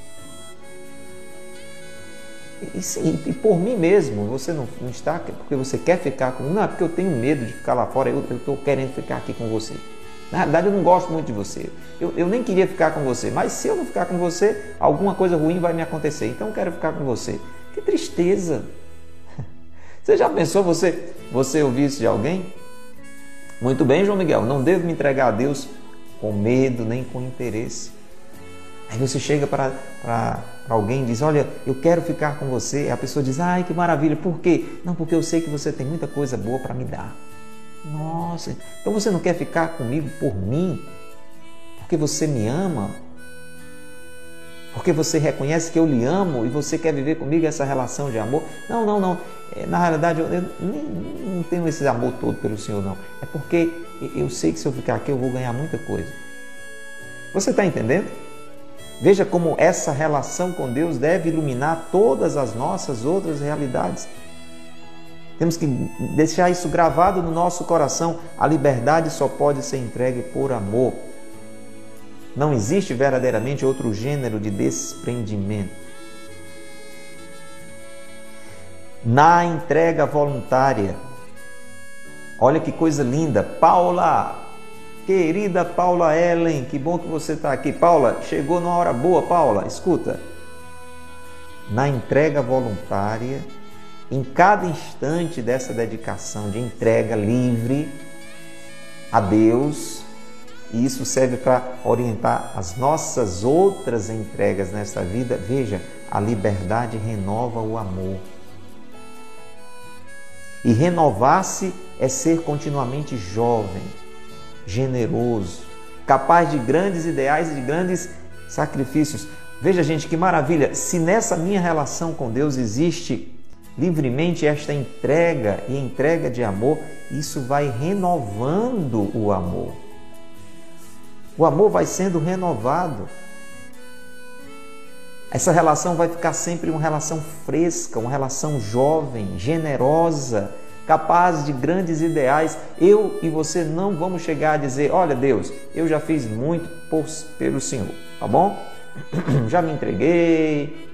E, e, e por mim mesmo, você não, não está porque você quer ficar comigo, não, é porque eu tenho medo de ficar lá fora, eu estou querendo ficar aqui com você. Na realidade, eu não gosto muito de você, eu, eu nem queria ficar com você, mas se eu não ficar com você, alguma coisa ruim vai me acontecer, então eu quero ficar com você. Que tristeza! Você já pensou você, você ouvir isso de alguém? Muito bem, João Miguel, não devo me entregar a Deus com medo nem com interesse. Aí você chega para alguém e diz, olha, eu quero ficar com você. A pessoa diz, ai, que maravilha, por quê? Não, porque eu sei que você tem muita coisa boa para me dar. Nossa, então você não quer ficar comigo por mim? Porque você me ama? Porque você reconhece que eu lhe amo e você quer viver comigo essa relação de amor? Não, não, não. Na realidade, eu, eu nem, não tenho esse amor todo pelo Senhor, não. É porque eu sei que se eu ficar aqui, eu vou ganhar muita coisa. Você está entendendo? Veja como essa relação com Deus deve iluminar todas as nossas outras realidades. Temos que deixar isso gravado no nosso coração. A liberdade só pode ser entregue por amor. Não existe verdadeiramente outro gênero de desprendimento. Na entrega voluntária, olha que coisa linda, Paula, querida Paula Ellen, que bom que você está aqui. Paula, chegou numa hora boa, Paula, escuta. Na entrega voluntária, em cada instante dessa dedicação de entrega livre a Deus, e isso serve para orientar as nossas outras entregas nesta vida. Veja, a liberdade renova o amor. E renovar-se é ser continuamente jovem, generoso, capaz de grandes ideais e de grandes sacrifícios. Veja, gente, que maravilha! Se nessa minha relação com Deus existe livremente esta entrega e entrega de amor, isso vai renovando o amor. O amor vai sendo renovado. Essa relação vai ficar sempre uma relação fresca, uma relação jovem, generosa, capaz de grandes ideais. Eu e você não vamos chegar a dizer, olha Deus, eu já fiz muito por, pelo Senhor, tá bom? Já me entreguei,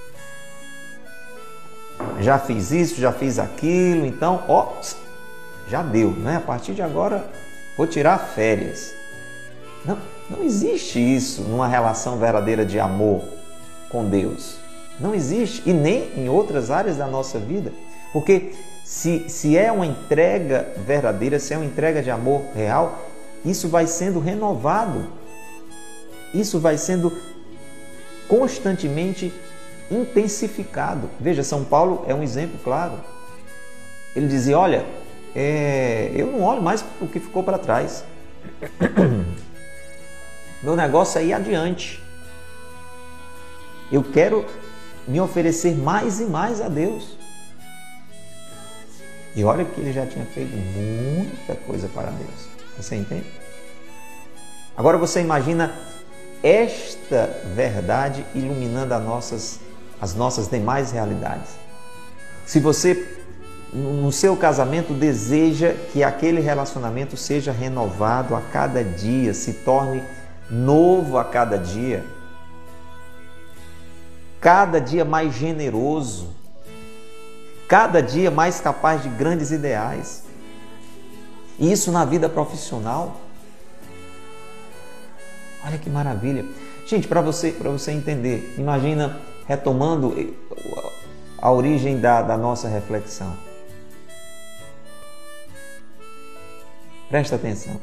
já fiz isso, já fiz aquilo, então, ó, já deu, né? A partir de agora, vou tirar férias. Não, não existe isso numa relação verdadeira de amor com Deus. Não existe, e nem em outras áreas da nossa vida. Porque se, se é uma entrega verdadeira, se é uma entrega de amor real, isso vai sendo renovado. Isso vai sendo constantemente intensificado. Veja, São Paulo é um exemplo claro. Ele dizia, olha, é, eu não olho mais o que ficou para trás. Meu negócio é ir adiante. Eu quero me oferecer mais e mais a Deus. E olha que ele já tinha feito muita coisa para Deus. Você entende? Agora você imagina esta verdade iluminando as nossas, as nossas demais realidades. Se você, no seu casamento, deseja que aquele relacionamento seja renovado a cada dia, se torne novo a cada dia, cada dia mais generoso, cada dia mais capaz de grandes ideais. E isso na vida profissional. Olha que maravilha. Gente, para você, para você entender, imagina, retomando a origem da, da nossa reflexão. Presta atenção.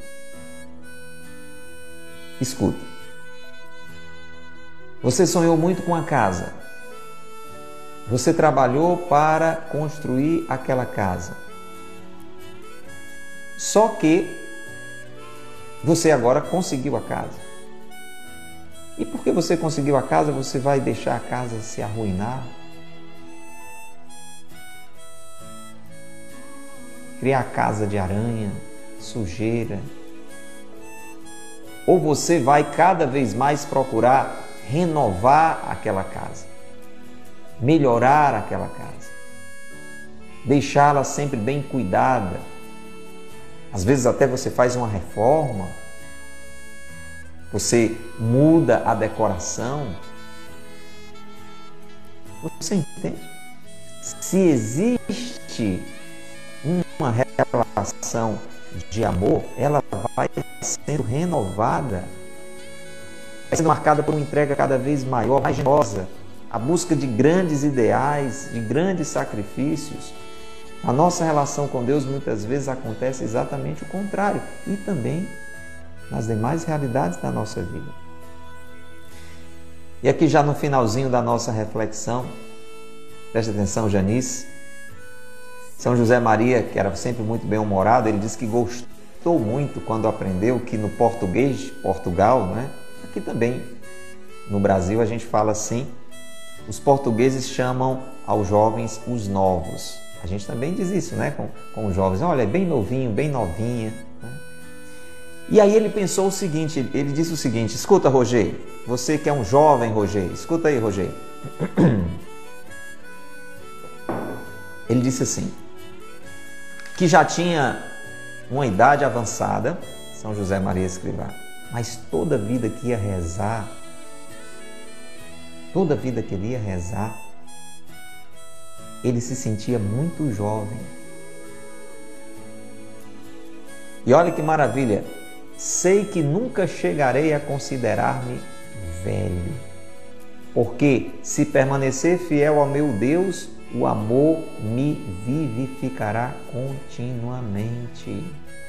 Escuta. Você sonhou muito com a casa. Você trabalhou para construir aquela casa. Só que você agora conseguiu a casa. E porque você conseguiu a casa, você vai deixar a casa se arruinar? Criar casa de aranha, sujeira? Ou você vai cada vez mais procurar renovar aquela casa, melhorar aquela casa, deixá-la sempre bem cuidada? Às vezes até você faz uma reforma, você muda a decoração. Você entende? Se existe uma relação de amor, ela vai sendo renovada, vai sendo marcada por uma entrega cada vez maior, mais generosa, a busca de grandes ideais, de grandes sacrifícios. A nossa relação com Deus muitas vezes acontece exatamente o contrário, e também nas demais realidades da nossa vida. E aqui já no finalzinho da nossa reflexão, preste atenção, Janice, São José Maria, que era sempre muito bem-humorado, ele disse que gostou muito quando aprendeu que no português, Portugal, né? Aqui também no Brasil a gente fala assim, os portugueses chamam aos jovens os novos. A gente também diz isso, né? Com, com os jovens, olha, é bem novinho, bem novinha, né? E aí ele pensou o seguinte, ele disse o seguinte, escuta, Roger, você que é um jovem, Roger, escuta aí, Roger. Ele disse assim, que já tinha uma idade avançada, São José Maria Escrivá, mas toda vida que ia rezar, toda vida que ele ia rezar, ele se sentia muito jovem. E olha que maravilha, sei que nunca chegarei a considerar-me velho, porque se permanecer fiel ao meu Deus, o amor me vivificará continuamente.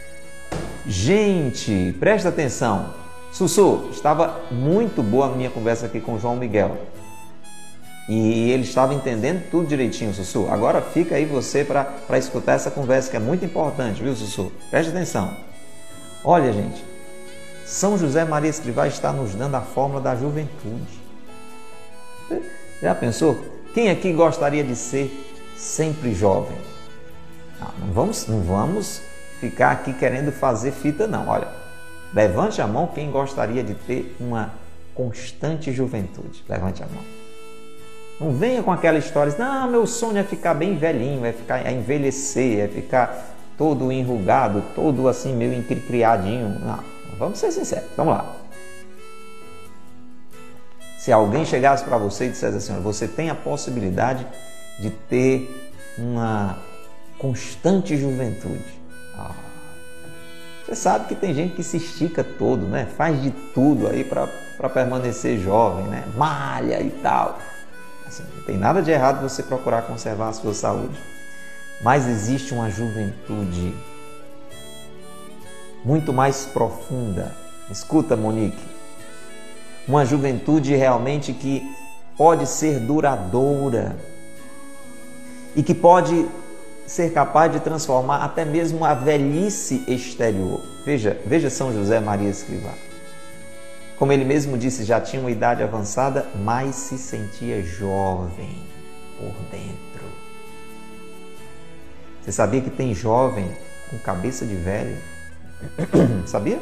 Gente, presta atenção. Sussu, estava muito boa a minha conversa aqui com o João Miguel. E ele estava entendendo tudo direitinho, Sussu. Agora fica aí você para escutar essa conversa que é muito importante, viu, Sussu? Presta atenção. Olha, gente, São José Maria Escrivá está nos dando a fórmula da juventude. Já pensou? Quem aqui gostaria de ser sempre jovem? Não, não vamos, não vamos ficar aqui querendo fazer fita, não. Olha, levante a mão quem gostaria de ter uma constante juventude. Levante a mão. Não venha com aquela história, não, meu sonho é ficar bem velhinho, é, ficar, é envelhecer, é ficar todo enrugado, todo assim meio encricriadinho. Não, vamos ser sinceros, vamos lá. Se alguém chegasse para você e dissesse assim, você tem a possibilidade de ter uma constante juventude. Ah, você sabe que tem gente que se estica todo, né? Faz de tudo aí para permanecer jovem, né? Malha e tal. Assim, não tem nada de errado você procurar conservar a sua saúde. Mas existe uma juventude muito mais profunda. Escuta, Monique. Uma juventude realmente que pode ser duradoura e que pode ser capaz de transformar até mesmo a velhice exterior. Veja, veja São José Maria Escrivá. Como ele mesmo disse, já tinha uma idade avançada, mas se sentia jovem por dentro. Você sabia que tem jovem com cabeça de velho? Sabia?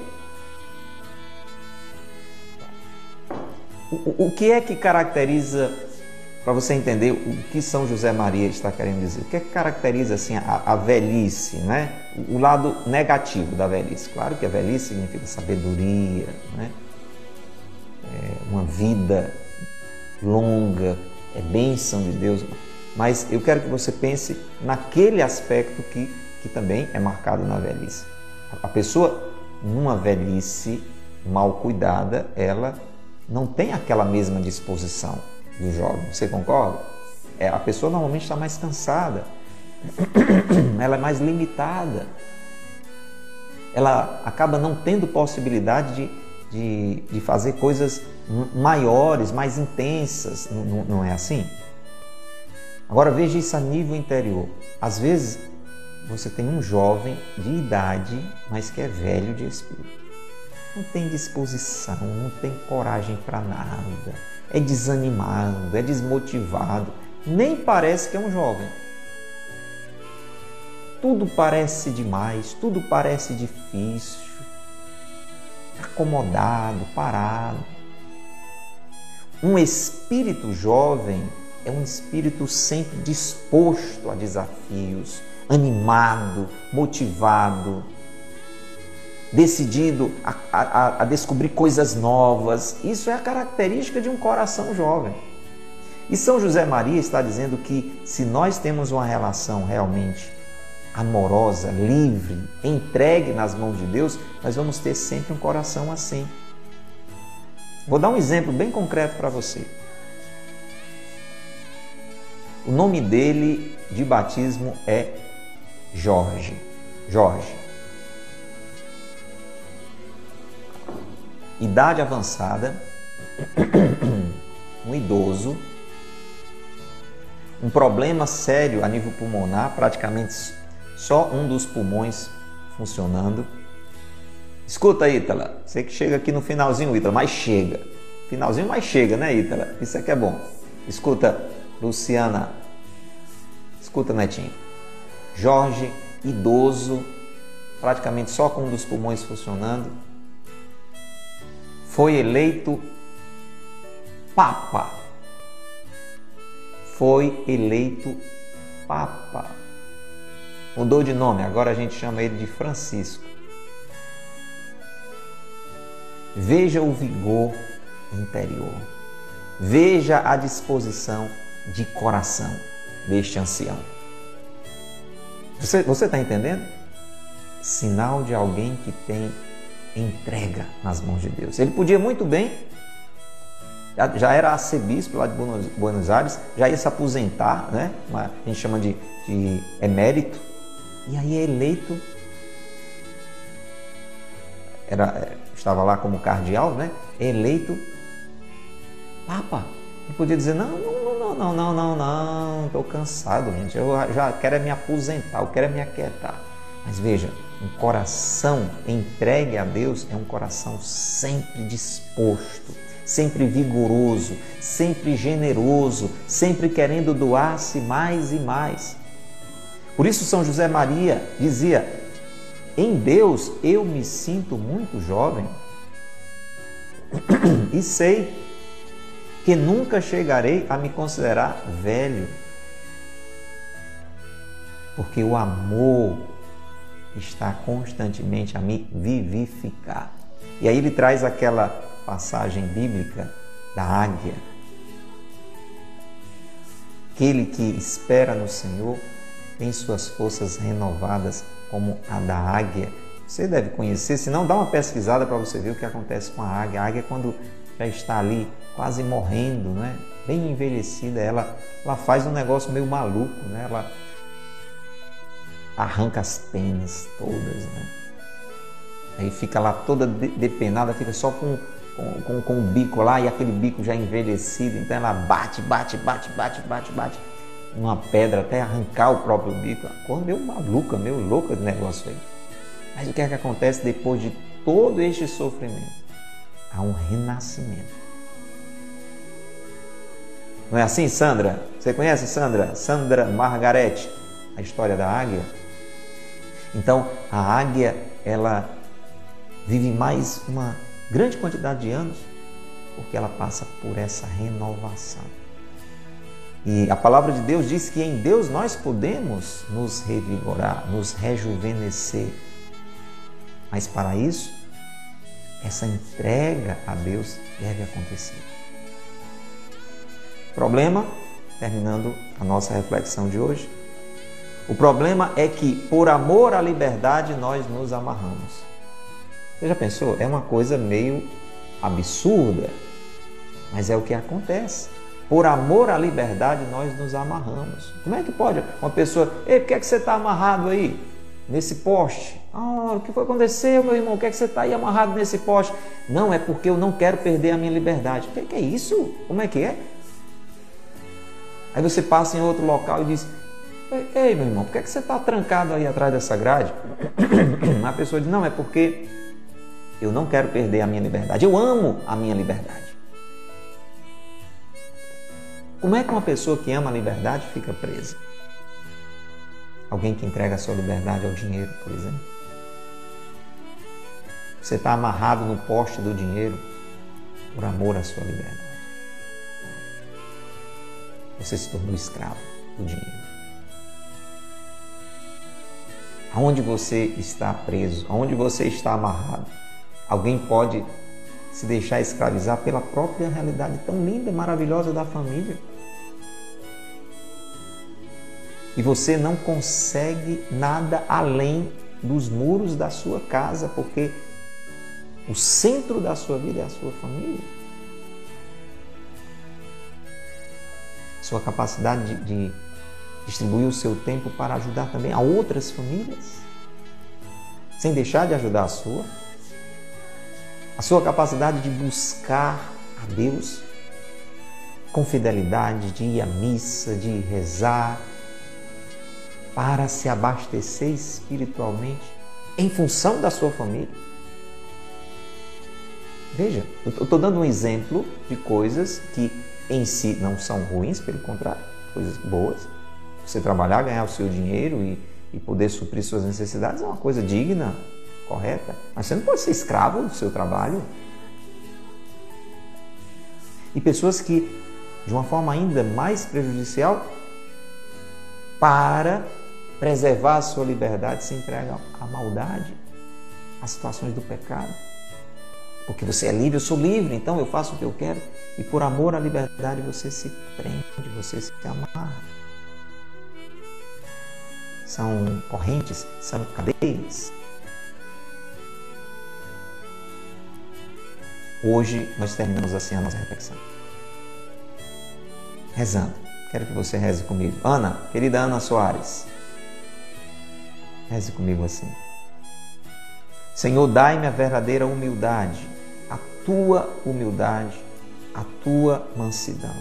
O, o que é que caracteriza, para você entender o que São José Maria está querendo dizer, o que é que caracteriza assim, a, a velhice, né? O, o lado negativo da velhice? Claro que a velhice significa sabedoria, né? É uma vida longa, é bênção de Deus, mas eu quero que você pense naquele aspecto que, que também é marcado na velhice. A pessoa, numa velhice mal cuidada, ela não tem aquela mesma disposição do jovem. Você concorda? É, a pessoa normalmente está mais cansada, ela é mais limitada, ela acaba não tendo possibilidade de, de, de fazer coisas maiores, mais intensas, não, não é assim? Agora veja isso a nível interior. Às vezes você tem um jovem de idade, mas que é velho de espírito. Não tem disposição, não tem coragem para nada, é desanimado, é desmotivado, nem parece que é um jovem. Tudo parece demais, tudo parece difícil, acomodado, parado. Um espírito jovem é um espírito sempre disposto a desafios, animado, motivado, decidido a, a, a descobrir coisas novas. Isso é a característica de um coração jovem. E São José Maria está dizendo que se nós temos uma relação realmente amorosa, livre, entregue nas mãos de Deus, nós vamos ter sempre um coração assim. Vou dar um exemplo bem concreto para você. O nome dele de batismo é Jorge. Jorge. Idade avançada, um idoso, um problema sério a nível pulmonar, praticamente só um dos pulmões funcionando. Escuta, Ítala, você que chega aqui no finalzinho, Ítala, mas chega. Finalzinho, mas chega, né, Ítala? Isso é que é bom. Escuta, Luciana. Escuta, Netinho. Jorge, idoso, praticamente só com um dos pulmões funcionando, foi eleito Papa. Foi eleito Papa. Mudou de nome, agora a gente chama ele de Francisco. Veja o vigor interior. Veja a disposição de coração deste ancião. Você está entendendo? Sinal de alguém que tem entrega nas mãos de Deus. Ele podia muito bem, já era arcebispo lá de Buenos Aires, já ia se aposentar, né? A gente chama de, de emérito, e aí é eleito, era, estava lá como cardeal, né? É eleito Papa. Ele podia dizer, não, não, não, não, não, não, não, estou cansado, gente, eu já quero é me aposentar, eu quero é me aquietar. Mas veja, um coração entregue a Deus é um coração sempre disposto, sempre vigoroso, sempre generoso, sempre querendo doar-se mais e mais. Por isso São José Maria dizia, em Deus eu me sinto muito jovem e sei que nunca chegarei a me considerar velho, porque o amor está constantemente a me vivificar. E aí ele traz aquela passagem bíblica da águia. Aquele que espera no Senhor tem suas forças renovadas como a da águia. Você deve conhecer, se não, dá uma pesquisada para você ver o que acontece com a águia. A águia, quando já está ali quase morrendo, né? Bem envelhecida, ela, ela faz um negócio meio maluco, né? Ela arranca as penas todas, né? Aí fica lá toda depenada, fica só com, com, com, com o bico lá, e aquele bico já envelhecido, então ela bate, bate, bate, bate, bate, bate uma pedra até arrancar o próprio bico. Uma coisa meio maluca, meio louca esse negócio aí. Mas o que é que acontece depois de todo este sofrimento? Há um renascimento. Não é assim, Sandra? Você conhece Sandra? Sandra Margarete, a história da águia? Então, a águia, ela vive mais uma grande quantidade de anos porque ela passa por essa renovação. E a palavra de Deus diz que em Deus nós podemos nos revigorar, nos rejuvenescer. Mas para isso, essa entrega a Deus deve acontecer. O problema terminando a nossa reflexão de hoje. O problema é que, por amor à liberdade, nós nos amarramos. Você já pensou? É uma coisa meio absurda, mas é o que acontece. Por amor à liberdade, nós nos amarramos. Como é que pode uma pessoa... Ei, por que é que você está amarrado aí, nesse poste? Ah, o que foi aconteceu, meu irmão? Por que é que você está aí amarrado nesse poste? Não, é porque eu não quero perder a minha liberdade. O que, que é isso? Como é que é? Aí você passa em outro local e diz... Ei, meu irmão, por que, é que você está trancado aí atrás dessa grade? A pessoa diz, não, é porque eu não quero perder a minha liberdade. Eu amo a minha liberdade. Como é que uma pessoa que ama a liberdade fica presa? Alguém que entrega a sua liberdade ao dinheiro, por exemplo. Você está amarrado no poste do dinheiro por amor à sua liberdade. Você se tornou escravo do dinheiro. Aonde você está preso, aonde você está amarrado, alguém pode se deixar escravizar pela própria realidade tão linda e maravilhosa da família. E você não consegue nada além dos muros da sua casa, porque o centro da sua vida é a sua família. Sua capacidade de, de distribuir o seu tempo para ajudar também a outras famílias, sem deixar de ajudar a sua. A sua capacidade de buscar a Deus com fidelidade, de ir à missa, de rezar, para se abastecer espiritualmente em função da sua família. Veja, eu estou dando um exemplo de coisas que em si não são ruins, pelo contrário, coisas boas. Você trabalhar, ganhar o seu dinheiro e, e poder suprir suas necessidades é uma coisa digna, correta. Mas você não pode ser escravo do seu trabalho. E pessoas que, de uma forma ainda mais prejudicial, para preservar a sua liberdade, se entregam à maldade, às situações do pecado. Porque você é livre, eu sou livre, então eu faço o que eu quero. E por amor à liberdade você se prende, você se amarra. São correntes, são cadeias. Hoje nós terminamos assim a nossa reflexão. Rezando. Quero que você reze comigo. Ana, querida Ana Soares, reze comigo assim. Senhor, dai-me a verdadeira humildade, a tua humildade, a tua mansidão,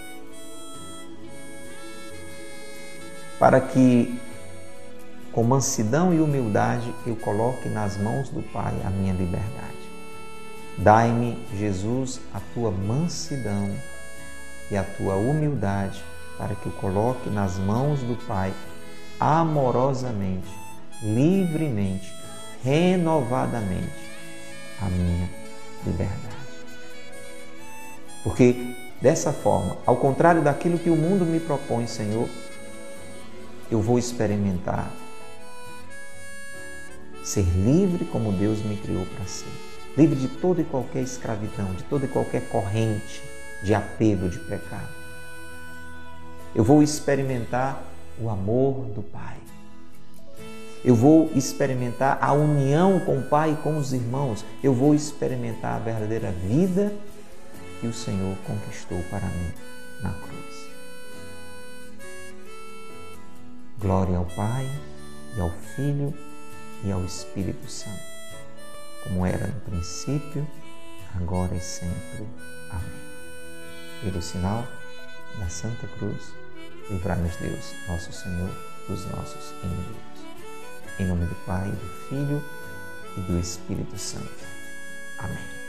para que com mansidão e humildade eu coloque nas mãos do Pai a minha liberdade. Dai-me, Jesus, a tua mansidão e a tua humildade, para que eu coloque nas mãos do Pai amorosamente, livremente, renovadamente a minha liberdade. Porque dessa forma, ao contrário daquilo que o mundo me propõe, Senhor, eu vou experimentar ser livre como Deus me criou para ser. Livre de toda e qualquer escravidão, de toda e qualquer corrente de apego, de pecado. Eu vou experimentar o amor do Pai. Eu vou experimentar a união com o Pai e com os irmãos. Eu vou experimentar a verdadeira vida que o Senhor conquistou para mim na cruz. Glória ao Pai, e ao Filho, e ao Espírito Santo, como era no princípio, agora e sempre. Amém. Pelo sinal da Santa Cruz, livrai-nos Deus, nosso Senhor, dos nossos inimigos. Em nome do Pai, do Filho e do Espírito Santo. Amém.